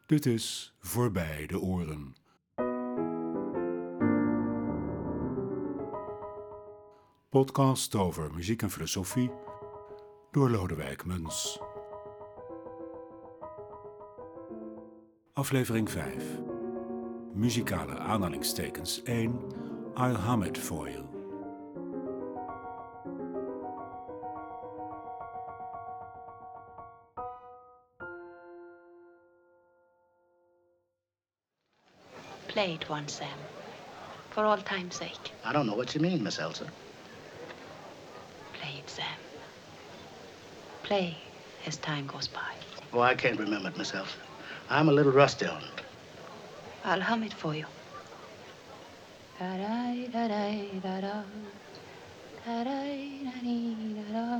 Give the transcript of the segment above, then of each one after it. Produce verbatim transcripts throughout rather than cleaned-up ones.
Dit is Voorbij de Oren. Podcast over muziek en filosofie door Lodewijk Muns. Aflevering vijf. Muzikale aanhalingstekens één. I'll hum it for you. Play it once, Sam. For all time's sake. I don't know what you mean, Miss Elsa. Play it, Sam. Play as time goes by. Oh, I can't remember it, Miss Elsa. I'm a little rusty on it. I'll hum it for you. Da-da, da-da, da-da. Da-da, da-dee, da-da.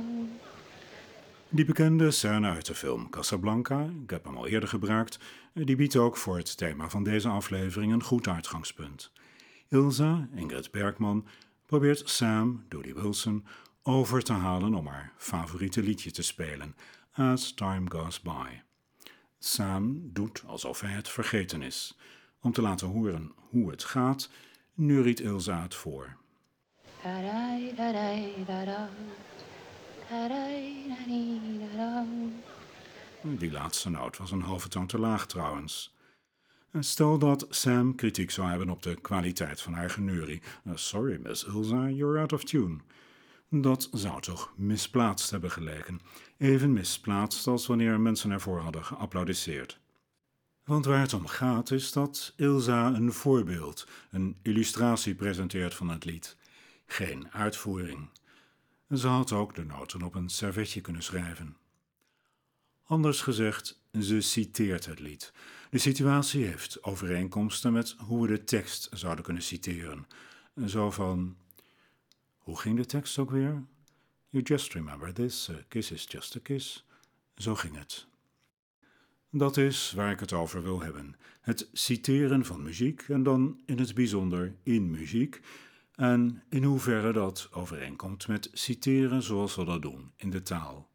Die bekende scène uit de film Casablanca, ik heb hem al eerder gebruikt, die biedt ook voor het thema van deze aflevering een goed uitgangspunt. Ilsa, Ingrid Bergman, probeert Sam, Doody Wilson, over te halen om haar favoriete liedje te spelen, As Time Goes By. Sam doet alsof hij het vergeten is. Om te laten horen hoe het gaat, neuriet Ilsa het voor. Da-da, da-da, da-da. Da-da, da-dee, da-da. Die laatste noot was een halve toon te laag trouwens. Stel dat Sam kritiek zou hebben op de kwaliteit van haar geneurie. Uh, sorry, Miss Ilsa, you're out of tune. Dat zou toch misplaatst hebben geleken. Even misplaatst als wanneer mensen ervoor hadden geapplaudisseerd. Want waar het om gaat is dat Ilsa een voorbeeld, een illustratie presenteert van het lied. Geen uitvoering. Ze had ook de noten op een servetje kunnen schrijven. Anders gezegd, ze citeert het lied. De situatie heeft overeenkomsten met hoe we de tekst zouden kunnen citeren. Zo van, hoe ging de tekst ook weer? You just remember this, a kiss is just a kiss. Zo ging het. Dat is waar ik het over wil hebben. Het citeren van muziek en dan in het bijzonder in muziek. En in hoeverre dat overeenkomt met citeren zoals we dat doen in de taal.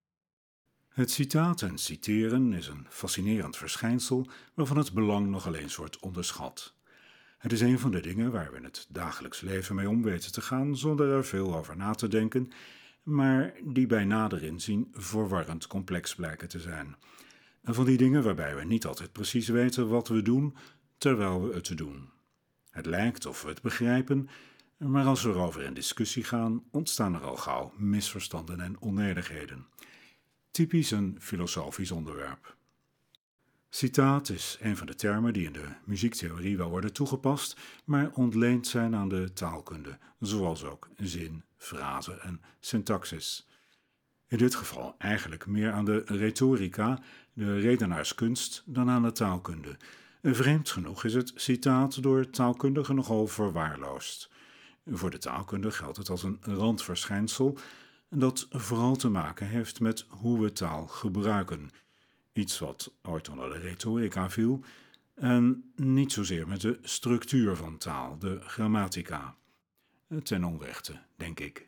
Het citaat en citeren is een fascinerend verschijnsel waarvan het belang nogal eens wordt onderschat. Het is een van de dingen waar we in het dagelijks leven mee om weten te gaan zonder er veel over na te denken, maar die bij nader inzien verwarrend complex blijken te zijn. En van die dingen waarbij we niet altijd precies weten wat we doen terwijl we het doen. Het lijkt of we het begrijpen, maar als we erover in discussie gaan, ontstaan er al gauw misverstanden en onenigheden. Typisch een filosofisch onderwerp. Citaat is een van de termen die in de muziektheorie wel worden toegepast, maar ontleend zijn aan de taalkunde, zoals ook zin, frase en syntaxis. In dit geval eigenlijk meer aan de retorica, de redenaarskunst, dan aan de taalkunde. Vreemd genoeg is het citaat door taalkundigen nogal verwaarloosd. Voor de taalkunde geldt het als een randverschijnsel dat vooral te maken heeft met hoe we taal gebruiken. Iets wat ooit onder de retorica viel, en niet zozeer met de structuur van taal, de grammatica. Ten onrechte, denk ik.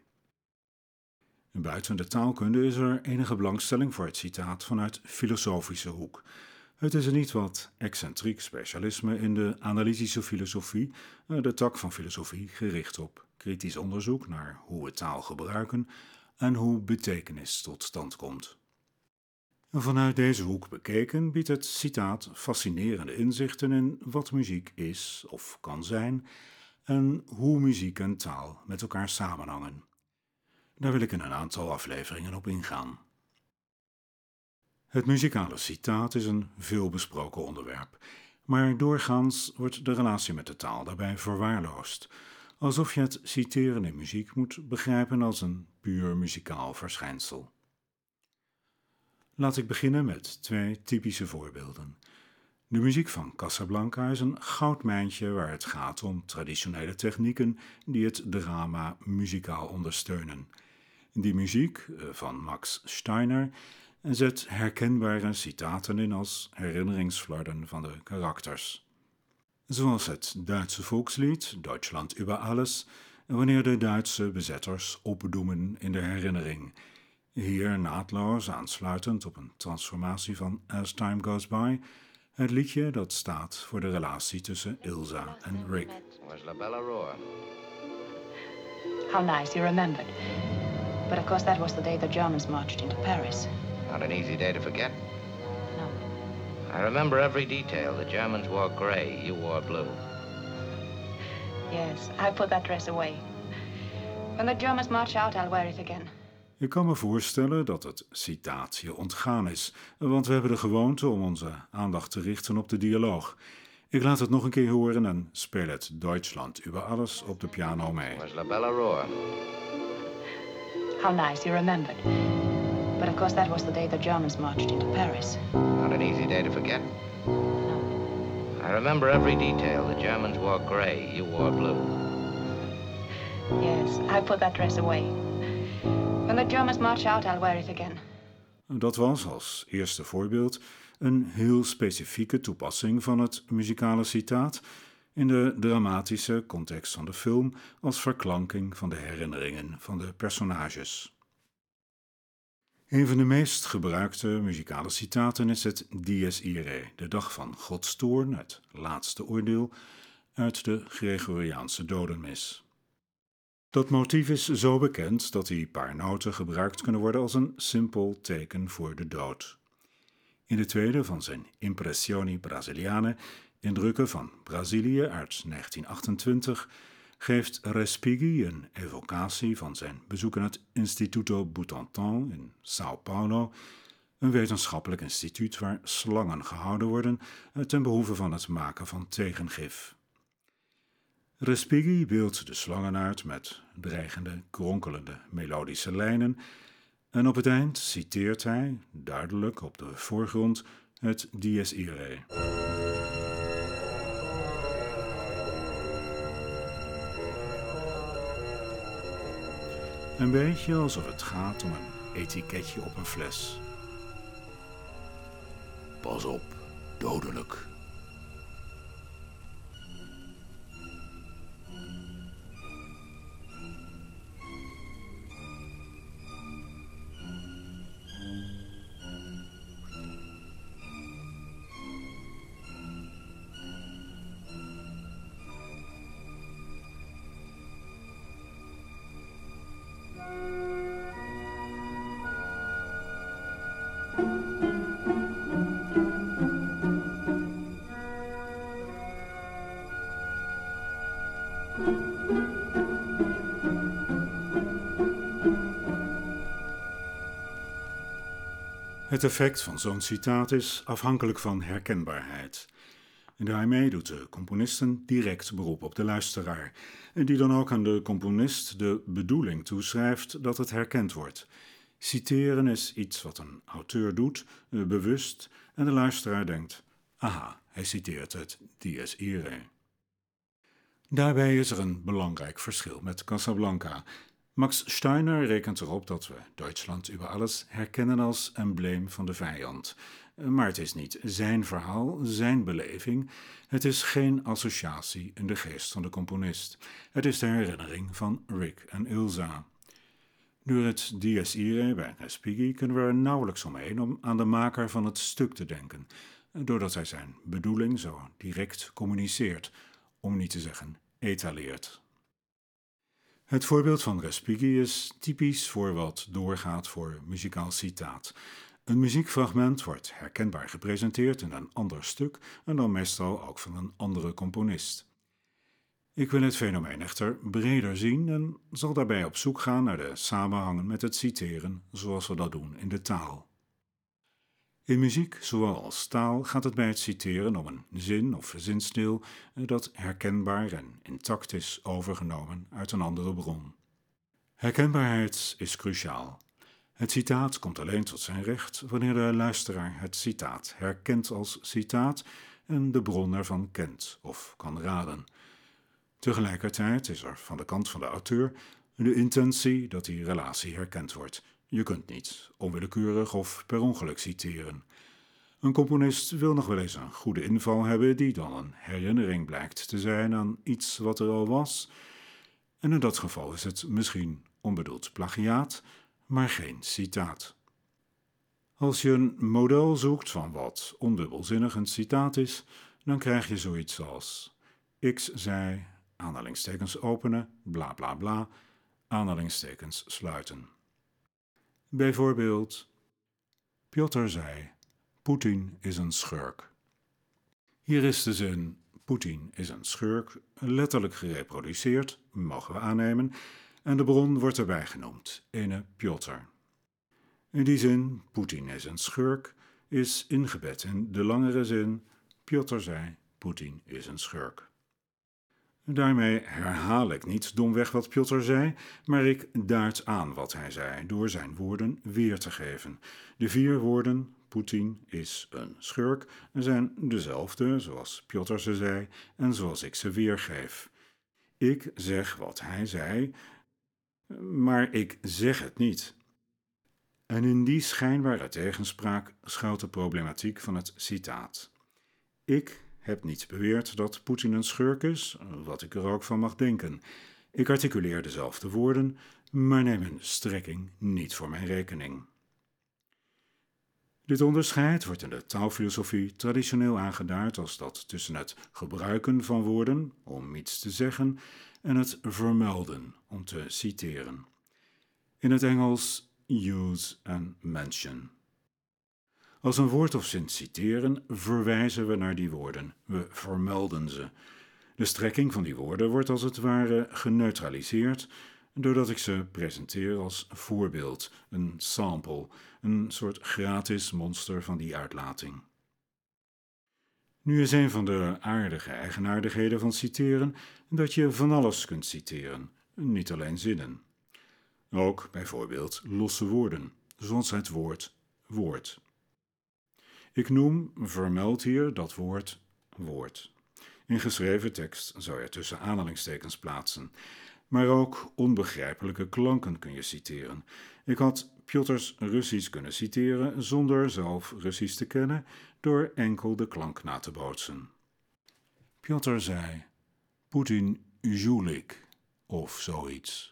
Buiten de taalkunde is er enige belangstelling voor het citaat vanuit filosofische hoek. Het is een niet wat excentriek specialisme in de analytische filosofie, de tak van filosofie gericht op kritisch onderzoek naar hoe we taal gebruiken en hoe betekenis tot stand komt. Vanuit deze hoek bekeken biedt het citaat fascinerende inzichten in wat muziek is of kan zijn en hoe muziek en taal met elkaar samenhangen. Daar wil ik in een aantal afleveringen op ingaan. Het muzikale citaat is een veelbesproken onderwerp, maar doorgaans wordt de relatie met de taal daarbij verwaarloosd, alsof je het citeren in muziek moet begrijpen als een puur muzikaal verschijnsel. Laat ik beginnen met twee typische voorbeelden. De muziek van Casablanca is een goudmijntje waar het gaat om traditionele technieken die het drama muzikaal ondersteunen. Die muziek van Max Steiner zet herkenbare citaten in als herinneringsflarden van de karakters. Zoals het Duitse volkslied Deutschland über alles, wanneer de Duitse bezetters opdoemen in de herinnering. Hier naadloos aansluitend op een transformatie van As Time Goes By, Het liedje dat staat voor de relatie tussen Ilsa en Rick. Was La Bella Roar. How nice, you remembered. But of course that was the day the Germans marched into Paris. Not an easy day to forget. No. I remember every detail. The Germans wore gray, you wore blue. Yes, I put that dress away. When the Germans march out, I'll wear it again. Ik kan me voorstellen dat het citaat je ontgaan is, want we hebben de gewoonte om onze aandacht te richten op de dialoog. Ik laat het nog een keer horen en speel het Deutschland über alles op de piano mee. Was La Bella Roar. How nice, you remembered. But of course that was the day the Germans marched into Paris. Not an easy day to forget. No. I remember every detail. The Germans wore gray, you wore blue. Yes, I put that dress away. When the Germans march out, I'll wear it again. Dat was als eerste voorbeeld een heel specifieke toepassing van het muzikale citaat in de dramatische context van de film als verklanking van de herinneringen van de personages. Een van de meest gebruikte muzikale citaten is het Dies Irae, de dag van Gods toorn, het laatste oordeel, uit de Gregoriaanse dodenmis. Dat motief is zo bekend dat die paar noten gebruikt kunnen worden als een simpel teken voor de dood. In de tweede van zijn Impressioni Brasiliane, Indrukken van Brazilië uit negentien achtentwintig, geeft Respighi een evocatie van zijn bezoek aan het Instituto Butantan in São Paulo, een wetenschappelijk instituut waar slangen gehouden worden ten behoeve van het maken van tegengif. Respighi beeldt de slangen uit met dreigende, kronkelende, melodische lijnen en op het eind citeert hij, duidelijk op de voorgrond, het Dies Irae. Een beetje alsof het gaat om een etiketje op een fles. Pas op, dodelijk. Het effect van zo'n citaat is afhankelijk van herkenbaarheid. En daarmee doet de componisten direct beroep op de luisteraar, die dan ook aan de componist de bedoeling toeschrijft dat het herkend wordt. Citeren is iets wat een auteur doet, bewust, en de luisteraar denkt, aha, hij citeert het Dies Irae. Daarbij is er een belangrijk verschil met Casablanca. Max Steiner rekent erop dat we Deutschland über alles herkennen als embleem van de vijand. Maar het is niet zijn verhaal, zijn beleving. Het is geen associatie in de geest van de componist. Het is de herinnering van Rick en Ilsa. Door het Dies Irae bij Respighi kunnen we er nauwelijks omheen om aan de maker van het stuk te denken, doordat hij zijn bedoeling zo direct communiceert, om niet te zeggen etaleert. Het voorbeeld van Respighi is typisch voor wat doorgaat voor muzikaal citaat. Een muziekfragment wordt herkenbaar gepresenteerd in een ander stuk en dan meestal ook van een andere componist. Ik wil het fenomeen echter breder zien en zal daarbij op zoek gaan naar de samenhangen met het citeren zoals we dat doen in de taal. In muziek, zowel als taal, gaat het bij het citeren om een zin of zinsdeel dat herkenbaar en intact is overgenomen uit een andere bron. Herkenbaarheid is cruciaal. Het citaat komt alleen tot zijn recht wanneer de luisteraar het citaat herkent als citaat en de bron ervan kent of kan raden. Tegelijkertijd is er van de kant van de auteur de intentie dat die relatie herkend wordt. Je kunt niet onwillekeurig of per ongeluk citeren. Een componist wil nog wel eens een goede inval hebben die dan een herinnering blijkt te zijn aan iets wat er al was. En in dat geval is het misschien onbedoeld plagiaat, maar geen citaat. Als je een model zoekt van wat ondubbelzinnig een citaat is, dan krijg je zoiets als X zei, aanhalingstekens openen, bla bla bla, aanhalingstekens sluiten. Bijvoorbeeld, Piotr zei, Poetin is een schurk. Hier is de zin, Poetin is een schurk, letterlijk gereproduceerd, mogen we aannemen, en de bron wordt erbij genoemd, ene Piotr. In die zin, Poetin is een schurk, is ingebed in de langere zin, Piotr zei, Poetin is een schurk. Daarmee herhaal ik niet domweg wat Piotr zei, maar ik duid aan wat hij zei door zijn woorden weer te geven. De vier woorden, Poetin is een schurk, zijn dezelfde zoals Piotr ze zei en zoals ik ze weergeef. Ik zeg wat hij zei, maar ik zeg het niet. En in die schijnbare tegenspraak schuilt de problematiek van het citaat. Ik heb niet beweerd dat Poetin een schurk is, wat ik er ook van mag denken. Ik articuleer dezelfde woorden, maar neem een strekking niet voor mijn rekening. Dit onderscheid wordt in de taalfilosofie traditioneel aangeduid als dat tussen het gebruiken van woorden, om iets te zeggen, en het vermelden, om te citeren. In het Engels use en mention. Als een woord of zin citeren, verwijzen we naar die woorden. We vermelden ze. De strekking van die woorden wordt als het ware geneutraliseerd, doordat ik ze presenteer als voorbeeld, een sample, een soort gratis monster van die uitlating. Nu is een van de aardige eigenaardigheden van citeren dat je van alles kunt citeren, niet alleen zinnen. Ook bijvoorbeeld losse woorden, zoals het woord woord. Ik noem, vermeld hier dat woord woord. In geschreven tekst zou je tussen aanhalingstekens plaatsen. Maar ook onbegrijpelijke klanken kun je citeren. Ik had Piotrs Russisch kunnen citeren zonder zelf Russisch te kennen, door enkel de klank na te bootsen. Piotr zei, Poetin žulik, of zoiets.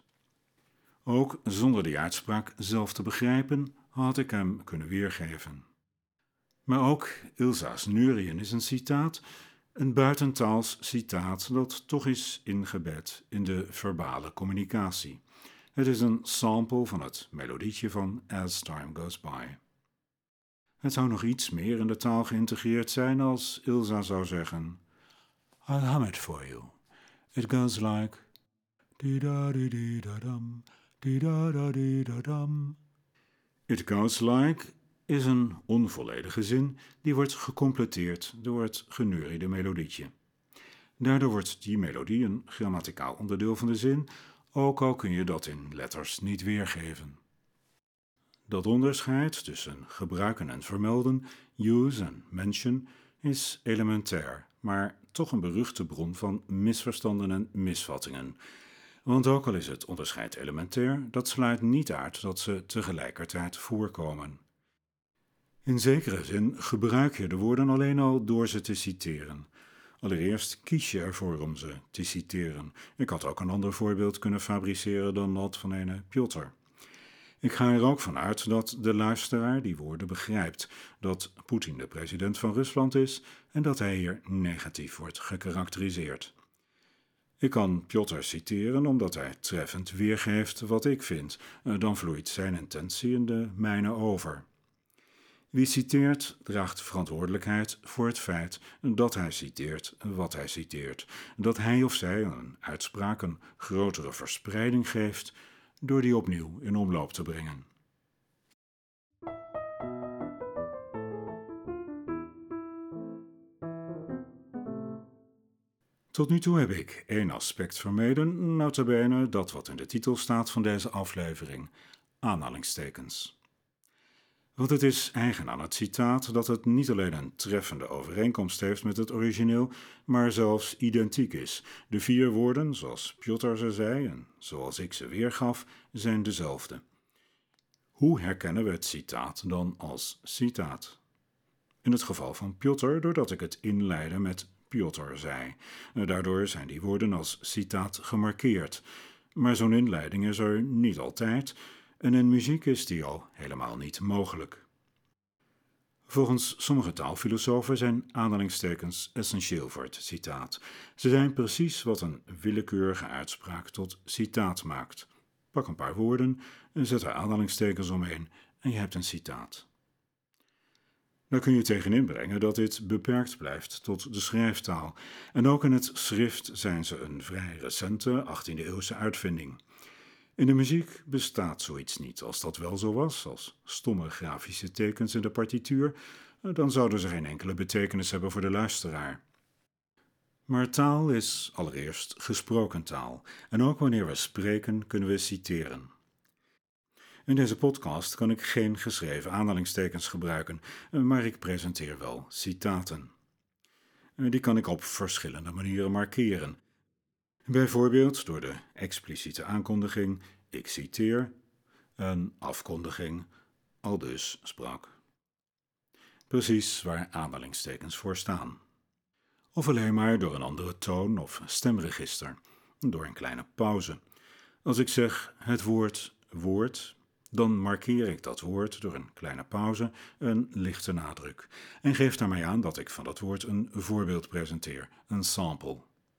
Ook zonder die uitspraak zelf te begrijpen, had ik hem kunnen weergeven. Maar ook Ilsa's Neurien is een citaat, een buitentaals citaat dat toch is ingebed in de verbale communicatie. Het is een sample van het melodietje van As Time Goes By. Het zou nog iets meer in de taal geïntegreerd zijn als Ilsa zou zeggen, I'll hum it for you. It goes like di-da-di-di-da-dam, di-da-da-di-da-dam. It goes like is een onvolledige zin die wordt gecompleteerd door het geneuriede melodietje. Daardoor wordt die melodie een grammaticaal onderdeel van de zin, ook al kun je dat in letters niet weergeven. Dat onderscheid tussen gebruiken en vermelden, use en mention, is elementair, maar toch een beruchte bron van misverstanden en misvattingen. Want ook al is het onderscheid elementair, dat sluit niet uit dat ze tegelijkertijd voorkomen. In zekere zin gebruik je de woorden alleen al door ze te citeren. Allereerst kies je ervoor om ze te citeren. Ik had ook een ander voorbeeld kunnen fabriceren dan dat van ene Piotr. Ik ga er ook van uit dat de luisteraar die woorden begrijpt, dat Poetin de president van Rusland is en dat hij hier negatief wordt gekarakteriseerd. Ik kan Piotr citeren omdat hij treffend weergeeft wat ik vind, dan vloeit zijn intentie in de mijne over. Wie citeert, draagt verantwoordelijkheid voor het feit dat hij citeert wat hij citeert, dat hij of zij een uitspraak een grotere verspreiding geeft door die opnieuw in omloop te brengen. Tot nu toe heb ik één aspect vermeden, nota bene dat wat in de titel staat van deze aflevering, aanhalingstekens. Want het is eigen aan het citaat dat het niet alleen een treffende overeenkomst heeft met het origineel, maar zelfs identiek is. De vier woorden, zoals Piotr ze zei en zoals ik ze weergaf, zijn dezelfde. Hoe herkennen we het citaat dan als citaat? In het geval van Piotr, doordat ik het inleidde met Piotr zei. Daardoor zijn die woorden als citaat gemarkeerd. Maar zo'n inleiding is er niet altijd, en in muziek is die al helemaal niet mogelijk. Volgens sommige taalfilosofen zijn aanhalingstekens essentieel voor het citaat. Ze zijn precies wat een willekeurige uitspraak tot citaat maakt. Pak een paar woorden, zet er aanhalingstekens omheen en je hebt een citaat. Daar kun je tegenin brengen dat dit beperkt blijft tot de schrijftaal. En ook in het schrift zijn ze een vrij recente achttiende-eeuwse uitvinding. In de muziek bestaat zoiets niet. Als dat wel zo was, als stomme grafische tekens in de partituur, dan zouden ze geen enkele betekenis hebben voor de luisteraar. Maar taal is allereerst gesproken taal. En ook wanneer we spreken, kunnen we citeren. In deze podcast kan ik geen geschreven aanhalingstekens gebruiken, maar ik presenteer wel citaten. Die kan ik op verschillende manieren markeren. Bijvoorbeeld door de expliciete aankondiging, ik citeer, een afkondiging, aldus sprak. Precies waar aanhalingstekens voor staan. Of alleen maar door een andere toon of stemregister, door een kleine pauze. Als ik zeg het woord woord, dan markeer ik dat woord door een kleine pauze, een lichte nadruk, en geef daarmee aan dat ik van dat woord een voorbeeld presenteer, een sample.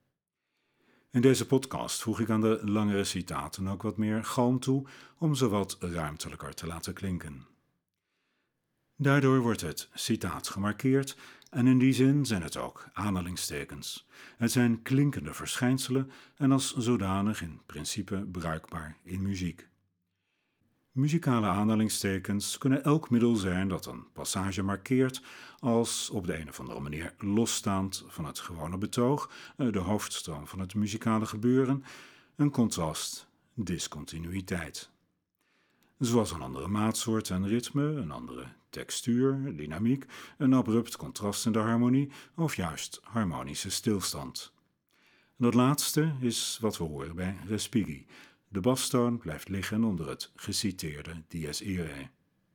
In deze podcast voeg ik aan de langere citaten ook wat meer galm toe om ze wat ruimtelijker te laten klinken. Daardoor wordt het citaat gemarkeerd en in die zin zijn het ook aanhalingstekens. Het zijn klinkende verschijnselen en als zodanig in principe bruikbaar in muziek. Muzikale aanhalingstekens kunnen elk middel zijn dat een passage markeert als op de een of andere manier losstaand van het gewone betoog, de hoofdstroom van het muzikale gebeuren, een contrast, discontinuïteit. Zoals een andere maatsoort en ritme, een andere textuur, dynamiek, een abrupt contrast in de harmonie of juist harmonische stilstand. Dat laatste is wat we horen bij respighi. De bastoon blijft liggen onder het geciteerde dies irae.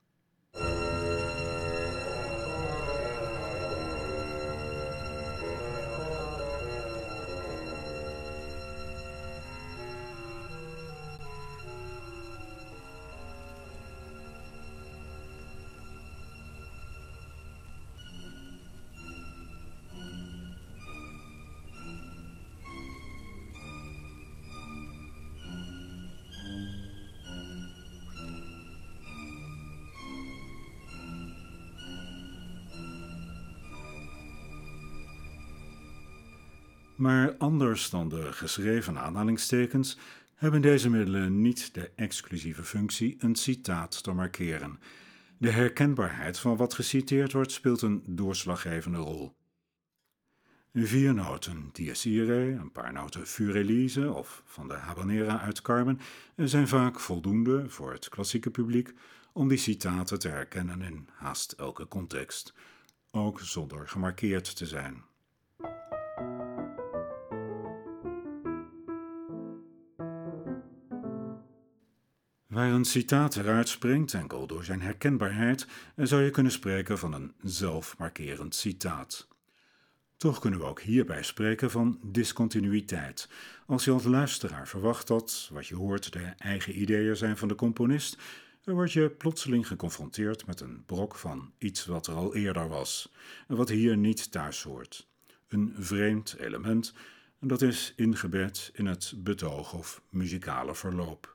Maar anders dan de geschreven aanhalingstekens hebben deze middelen niet de exclusieve functie een citaat te markeren. De herkenbaarheid van wat geciteerd wordt speelt een doorslaggevende rol. Vier noten dies irae, een paar noten für Elise of van de habanera uit Carmen zijn vaak voldoende voor het klassieke publiek om die citaten te herkennen in haast elke context, ook zonder gemarkeerd te zijn. Waar een citaat eruit springt, enkel door zijn herkenbaarheid, zou je kunnen spreken van een zelfmarkerend citaat. Toch kunnen we ook hierbij spreken van discontinuïteit. Als je als luisteraar verwacht dat wat je hoort de eigen ideeën zijn van de componist, dan word je plotseling geconfronteerd met een brok van iets wat er al eerder was, wat hier niet thuis hoort. Een vreemd element, dat is ingebed in het betoog of muzikale verloop.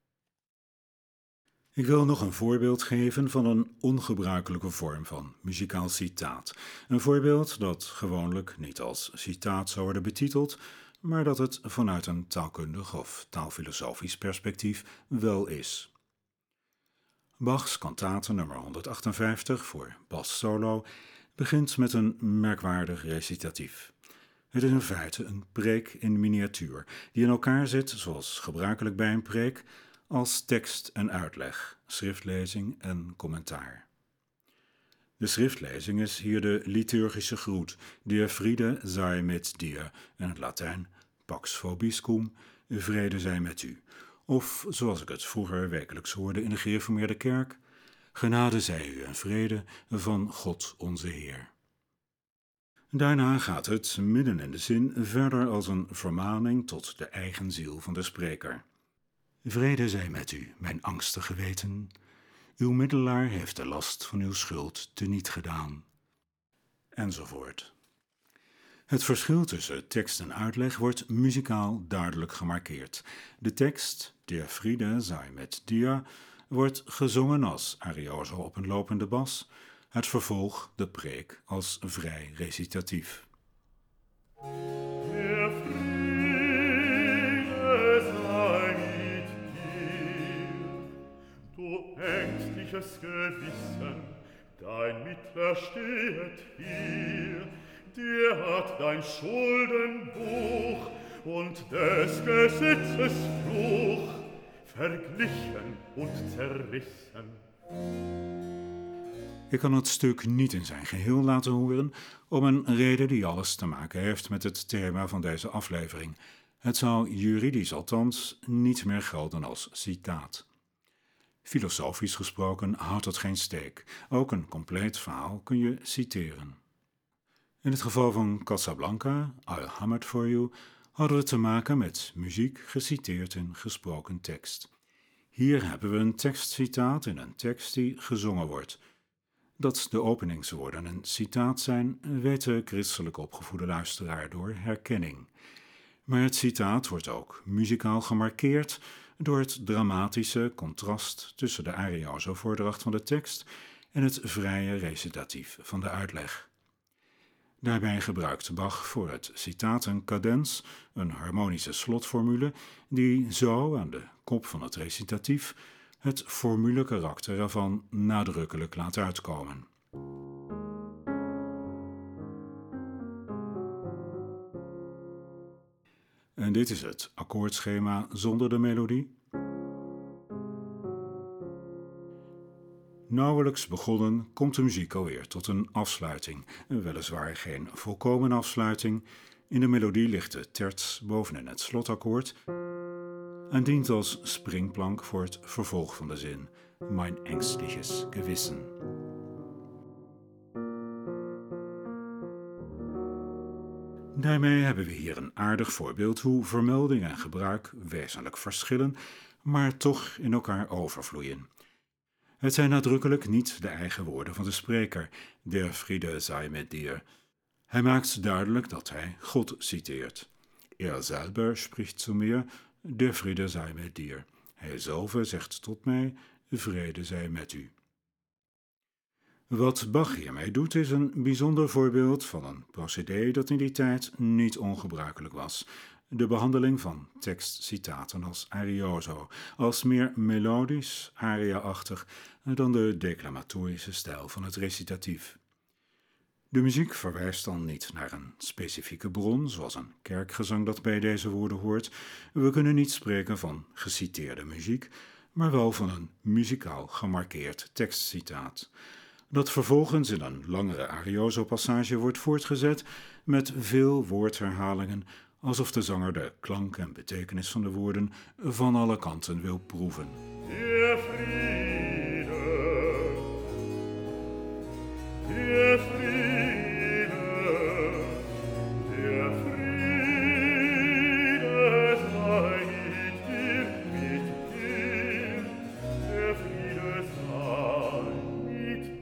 Ik wil nog een voorbeeld geven van een ongebruikelijke vorm van muzikaal citaat. Een voorbeeld dat gewoonlijk niet als citaat zou worden betiteld, maar dat het vanuit een taalkundig of taalfilosofisch perspectief wel is. Bachs kantate nummer honderdachtenvijftig voor bassolo begint met een merkwaardig recitatief. Het is in feite een preek in miniatuur, die in elkaar zit, zoals gebruikelijk bij een preek, als tekst en uitleg, schriftlezing en commentaar. De schriftlezing is hier de liturgische groet, Die Friede sei met dir, in het Latijn Pax vobiscum, vrede zij met u, of zoals ik het vroeger wekelijks hoorde in de gereformeerde kerk, genade zij u en vrede van God onze Heer. Daarna gaat het, midden in de zin, verder als een vermaning tot de eigen ziel van de spreker. Vrede zij met u, mijn angstig geweten. Uw middelaar heeft de last van uw schuld teniet gedaan. Enzovoort. Het verschil tussen tekst en uitleg wordt muzikaal duidelijk gemarkeerd. De tekst, Der Friede sei mit dir, wordt gezongen als arioso op een lopende bas, het vervolg, de preek, als vrij recitatief. Der Friede sei mit dir, du ängstliches Gewissen, dein Mittler stehet hier, der hat dein Schuldenbuch und des Gesetzes Fluch verglichen und zerrissen. Ik kan het stuk niet in zijn geheel laten horen, om een reden die alles te maken heeft met het thema van deze aflevering. Het zou juridisch althans niet meer gelden als citaat. Filosofisch gesproken houdt het geen steek. Ook een compleet verhaal kun je citeren. In het geval van Casablanca, I'll Hum It For You, hadden we te maken met muziek geciteerd in gesproken tekst. Hier hebben we een tekstcitaat in een tekst die gezongen wordt. Dat de openingswoorden een citaat zijn, weet de christelijk opgevoede luisteraar door herkenning. Maar het citaat wordt ook muzikaal gemarkeerd door het dramatische contrast tussen de arioso-voordracht van de tekst en het vrije recitatief van de uitleg. Daarbij gebruikt Bach voor het citaat een cadens, een harmonische slotformule, die zo aan de kop van het recitatief het formulekarakter ervan nadrukkelijk laat uitkomen. En dit is het akkoordschema zonder de melodie. Nauwelijks begonnen komt de muziek alweer tot een afsluiting, weliswaar geen volkomen afsluiting. In de melodie ligt de terts bovenin het slotakkoord en dient als springplank voor het vervolg van de zin, mein ängstliches Gewissen. Daarmee hebben we hier een aardig voorbeeld hoe vermelding en gebruik wezenlijk verschillen, maar toch in elkaar overvloeien. Het zijn nadrukkelijk niet de eigen woorden van de spreker, Der Friede sei mit dir. Hij maakt duidelijk dat hij God citeert. Er selber spricht zu mir, Der Friede sei mit dir. Hij zelf zegt tot mij, vrede zij met u. Wat Bach hiermee doet is een bijzonder voorbeeld van een procedé dat in die tijd niet ongebruikelijk was. De behandeling van tekstcitaten als arioso, als meer melodisch, aria-achtig dan de declamatorische stijl van het recitatief. De muziek verwijst dan niet naar een specifieke bron, zoals een kerkgezang dat bij deze woorden hoort. We kunnen niet spreken van geciteerde muziek, maar wel van een muzikaal gemarkeerd tekstcitaat, dat vervolgens in een langere arioso-passage wordt voortgezet met veel woordherhalingen, alsof de zanger de klank en betekenis van de woorden van alle kanten wil proeven. Der Friede, der Friede, der Friede sei mit dir, mit dir, der Friede sei mit dir.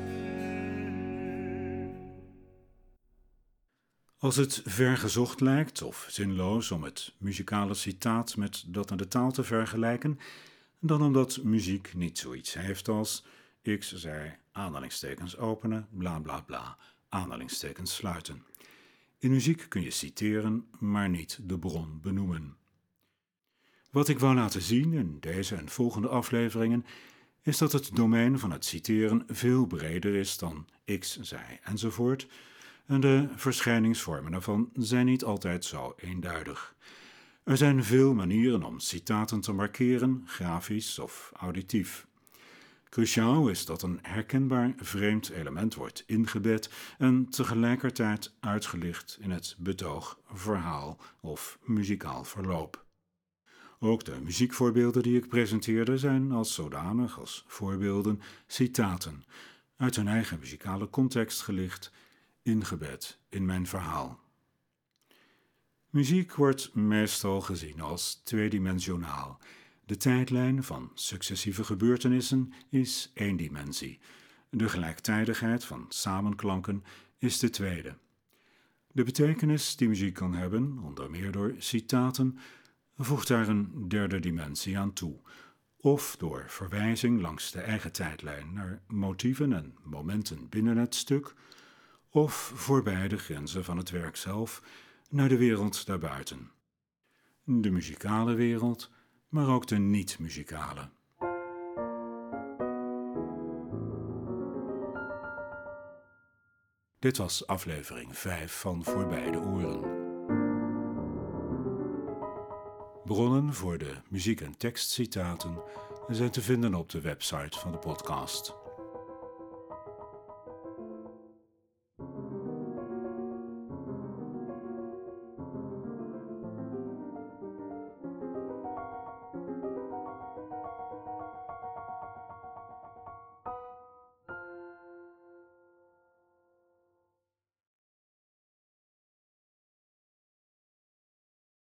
Als het vergezocht lijkt of zinloos om het muzikale citaat met dat aan de taal te vergelijken, dan omdat muziek niet zoiets heeft als X zei aanhalingstekens openen, bla bla bla, aanhalingstekens sluiten. In muziek kun je citeren, maar niet de bron benoemen. Wat ik wou laten zien in deze en volgende afleveringen is dat het domein van het citeren veel breder is dan X zei enzovoort, en de verschijningsvormen daarvan zijn niet altijd zo eenduidig. Er zijn veel manieren om citaten te markeren, grafisch of auditief. Cruciaal is dat een herkenbaar vreemd element wordt ingebed en tegelijkertijd uitgelicht in het betoog, verhaal of muzikaal verloop. Ook de muziekvoorbeelden die ik presenteerde zijn als zodanig als voorbeelden citaten, uit hun eigen muzikale context gelicht, ingebed in mijn verhaal. Muziek wordt meestal gezien als tweedimensionaal. De tijdlijn van successieve gebeurtenissen is één dimensie. De gelijktijdigheid van samenklanken is de tweede. De betekenis die muziek kan hebben, onder meer door citaten, voegt daar een derde dimensie aan toe, of door verwijzing langs de eigen tijdlijn naar motieven en momenten binnen het stuk, of voorbij de grenzen van het werk zelf naar de wereld daarbuiten. De muzikale wereld, maar ook de niet-muzikale. Dit was aflevering vijf van Voorbij de Oren. Bronnen voor de muziek- en tekstcitaten zijn te vinden op de website van de podcast.